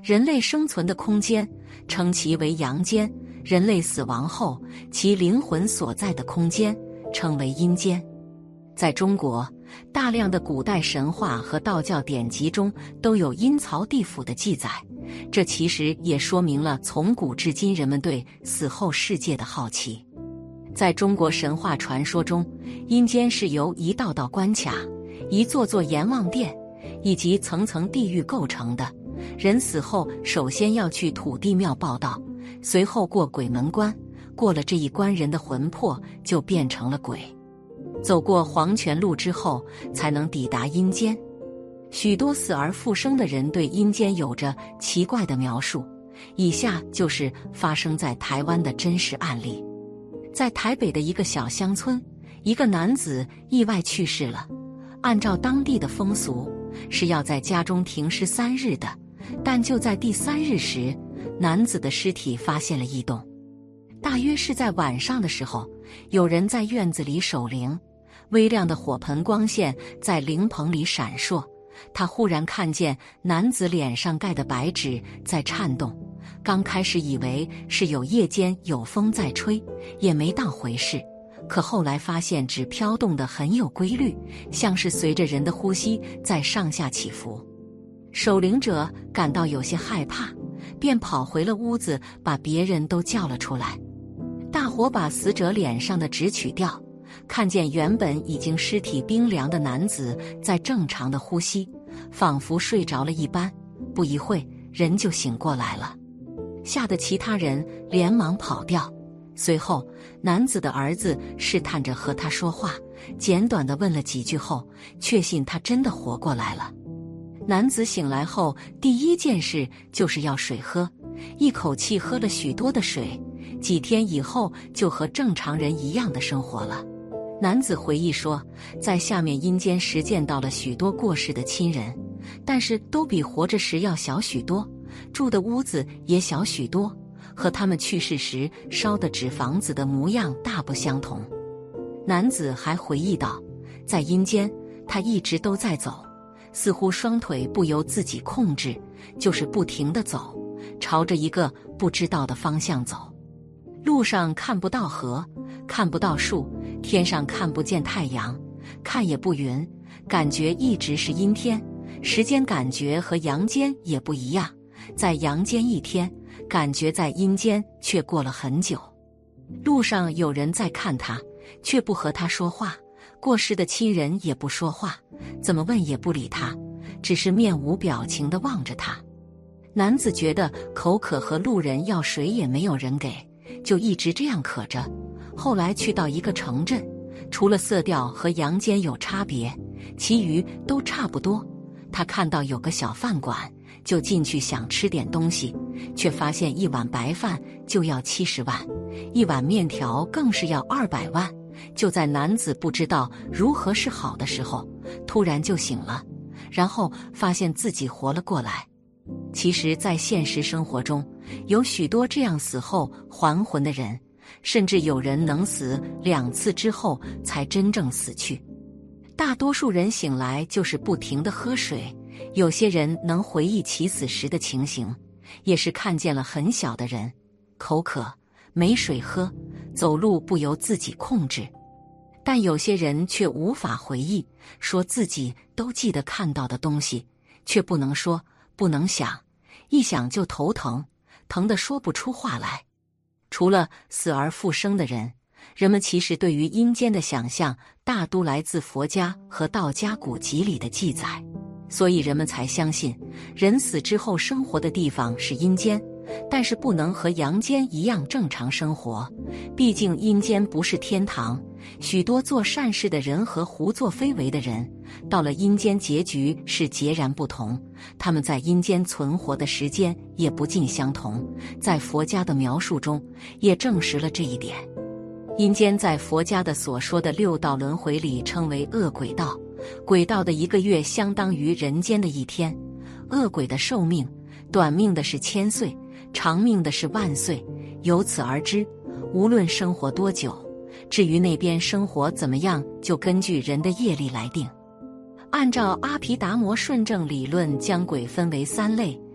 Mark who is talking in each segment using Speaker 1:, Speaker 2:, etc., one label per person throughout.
Speaker 1: 人类生存的空间，称其为阳间；人类死亡后，其灵魂所在的空间，称为阴间。在中国，大量的古代神话和道教典籍中都有阴曹地府的记载，这其实也说明了从古至今人们对死后世界的好奇。在中国神话传说中，阴间是由一道道关卡、一座座阎王殿以及层层地狱构成的。人死后首先要去土地庙报到，随后过鬼门关，过了这一关，人的魂魄就变成了鬼。走过黄泉路之后，才能抵达阴间。许多死而复生的人对阴间有着奇怪的描述，以下就是发生在台湾的真实案例。在台北的一个小乡村，一个男子意外去世了。按照当地的风俗，是要在家中停尸3日的，但就在第3日时，男子的尸体发现了异动。大约是在晚上的时候，有人在院子里守灵，微亮的火盆光线在灵棚里闪烁，他忽然看见男子脸上盖的白纸在颤动。刚开始以为是夜间有风在吹，也没当回事，可后来发现纸飘动得很有规律，像是随着人的呼吸在上下起伏。守灵者感到有些害怕，便跑回了屋子，把别人都叫了出来。大伙把死者脸上的纸取掉，看见原本已经尸体冰凉的男子在正常的呼吸，仿佛睡着了一般，不一会人就醒过来了。吓得其他人连忙跑掉。随后男子的儿子试探着和他说话，简短地问了几句后，确信他真的活过来了。男子醒来后第一件事就是要水喝，一口气喝了许多的水，几天以后就和正常人一样的生活了。男子回忆说，在下面阴间时见到了许多过世的亲人，但是都比活着时要小许多，住的屋子也小许多，和他们去世时烧的纸房子的模样大不相同。男子还回忆道，在阴间他一直都在走，似乎双腿不由自己控制，就是不停地走，朝着一个不知道的方向走。路上看不到河，看不到树，天上看不见太阳，看也不匀，感觉一直是阴天。时间感觉和阳间也不一样，在阳间1天，感觉在阴间却过了很久。路上有人在看他，却不和他说话，过世的亲人也不说话，怎么问也不理他，只是面无表情地望着他。男子觉得口渴，和路人要水也没有人给，就一直这样渴着。后来去到一个城镇，除了色调和阳间有差别，其余都差不多。他看到有个小饭馆，就进去想吃点东西，却发现一碗白饭就要70万，一碗面条更是要200万。就在男子不知道如何是好的时候，突然就醒了，然后发现自己活了过来。其实在现实生活中，有许多这样死后还魂的人，甚至有人能死2次之后才真正死去。大多数人醒来就是不停地喝水，有些人能回忆起死时的情形，也是看见了很小的人，口渴没水喝，走路不由自己控制。但有些人却无法回忆，说自己都记得看到的东西，却不能说，不能想，一想就头疼，疼得说不出话来。除了死而复生的人，人们其实对于阴间的想象大都来自佛家和道家古籍里的记载，所以人们才相信人死之后生活的地方是阴间，但是不能和阳间一样正常生活。毕竟阴间不是天堂，许多做善事的人和胡作非为的人，到了阴间结局是截然不同，他们在阴间存活的时间也不尽相同。在佛家的描述中也证实了这一点。阴间在佛家的所说的6道轮回里称为恶鬼道，鬼道的1个月相当于人间的1天。恶鬼的寿命，短命的是1000岁，长命的是10000岁。由此而知，无论生活多久，至于那边生活怎么样，就根据人的业力来定。按照阿毗达摩顺正理论，将鬼分为3类，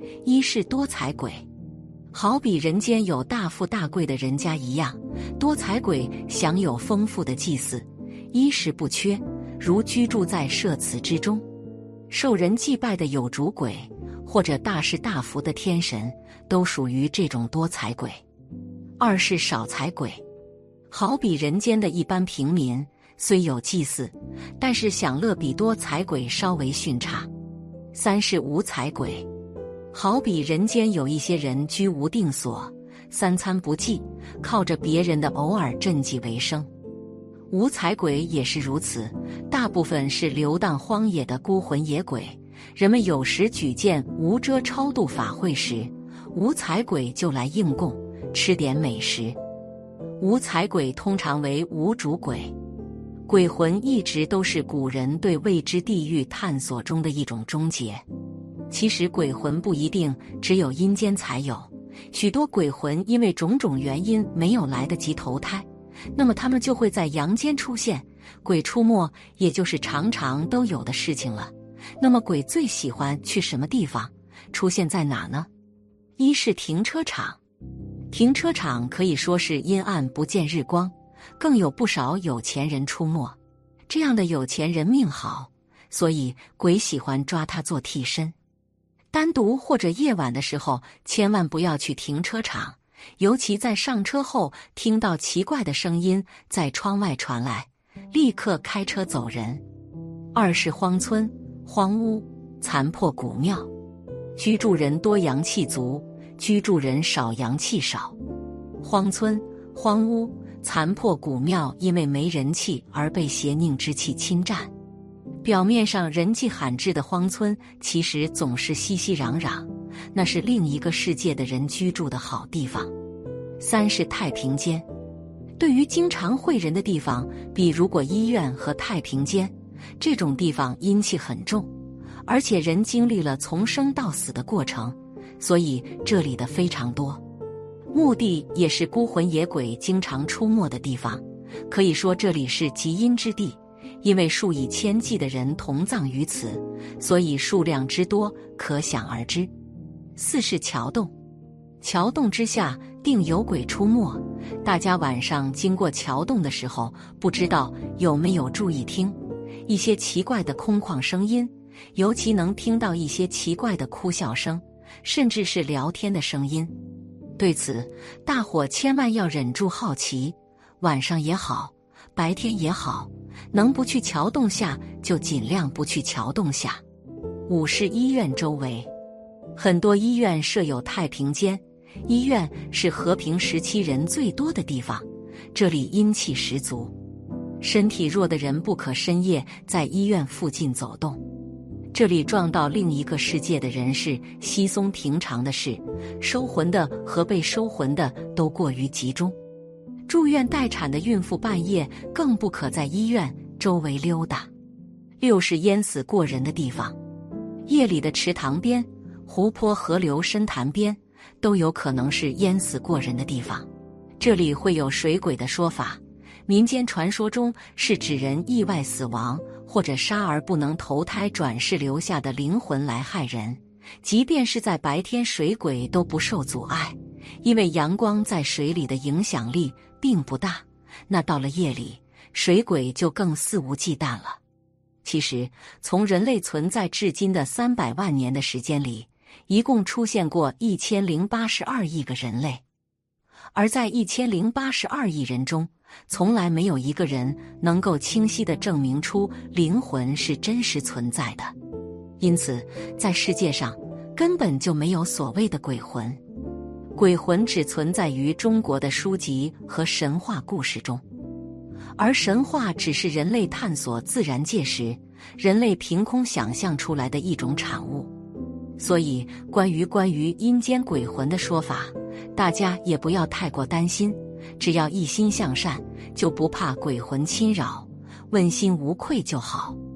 Speaker 1: 一是多财鬼。好比人间有大富大贵的人家一样，多财鬼享有丰富的祭祀，衣食不缺，如居住在舍祠之中。受人祭拜的有主鬼，或者大是大福的天神，都属于这种多财鬼。二是少财鬼，好比人间的一般平民，虽有祭祀，但是享乐比多财鬼稍微逊差。三是无财鬼，好比人间有一些人居无定所，三餐不济，靠着别人的偶尔赈济为生。无财鬼也是如此，大部分是流荡荒野的孤魂野鬼。人们有时举荐无遮超度法会时，无财鬼就来应供，吃点美食。无财鬼通常为无主鬼。鬼魂一直都是古人对未知地狱探索中的一种终结。其实鬼魂不一定只有阴间才有，许多鬼魂因为种种原因没有来得及投胎，那么他们就会在阳间出现。鬼出没也就是常常都有的事情了。那么鬼最喜欢去什么地方？出现在哪呢？一是停车场。停车场可以说是阴暗不见日光，更有不少有钱人出没。这样的有钱人命好，所以鬼喜欢抓他做替身。单独或者夜晚的时候，千万不要去停车场，尤其在上车后听到奇怪的声音在窗外传来，立刻开车走人。二是荒村、荒屋、残破古庙，居住人多阳气足，居住人少阳气少。荒村、荒屋、残破古庙因为没人气而被邪佞之气侵占。表面上人迹罕至的荒村，其实总是熙熙攘攘，那是另一个世界的人居住的好地方。三是太平间。对于经常会人的地方，比如果医院和太平间，这种地方阴气很重，而且人经历了从生到死的过程，所以这里的非常多。墓地也是孤魂野鬼经常出没的地方，可以说这里是极阴之地，因为数以千计的人同葬于此，所以数量之多可想而知。四是桥洞。桥洞之下定有鬼出没，大家晚上经过桥洞的时候，不知道有没有注意听一些奇怪的空旷声音，尤其能听到一些奇怪的哭笑声，甚至是聊天的声音。对此，大伙千万要忍住好奇，晚上也好，白天也好，能不去桥洞下就尽量不去桥洞下。五是医院周围。很多医院设有太平间，医院是和平时期人最多的地方，这里阴气十足，身体弱的人不可深夜在医院附近走动。这里撞到另一个世界的人是稀松平常的事，收魂的和被收魂的都过于集中。住院待产的孕妇半夜更不可在医院周围溜达。六是淹死过人的地方。夜里的池塘边、湖泊、河流、深潭边都有可能是淹死过人的地方，这里会有水鬼的说法。民间传说中是指人意外死亡或者杀而不能投胎转世留下的灵魂来害人，即便是在白天水鬼都不受阻碍，因为阳光在水里的影响力并不大，那到了夜里，水鬼就更肆无忌惮了。其实从人类存在至今的300万年的时间里，一共出现过1082亿个人类，而在1082亿人中，从来没有一个人能够清晰地证明出灵魂是真实存在的。因此，在世界上根本就没有所谓的鬼魂。鬼魂只存在于中国的书籍和神话故事中，而神话只是人类探索自然界时，人类凭空想象出来的一种产物。所以，关于阴间鬼魂的说法，大家也不要太过担心，只要一心向善，就不怕鬼魂侵扰，问心无愧就好。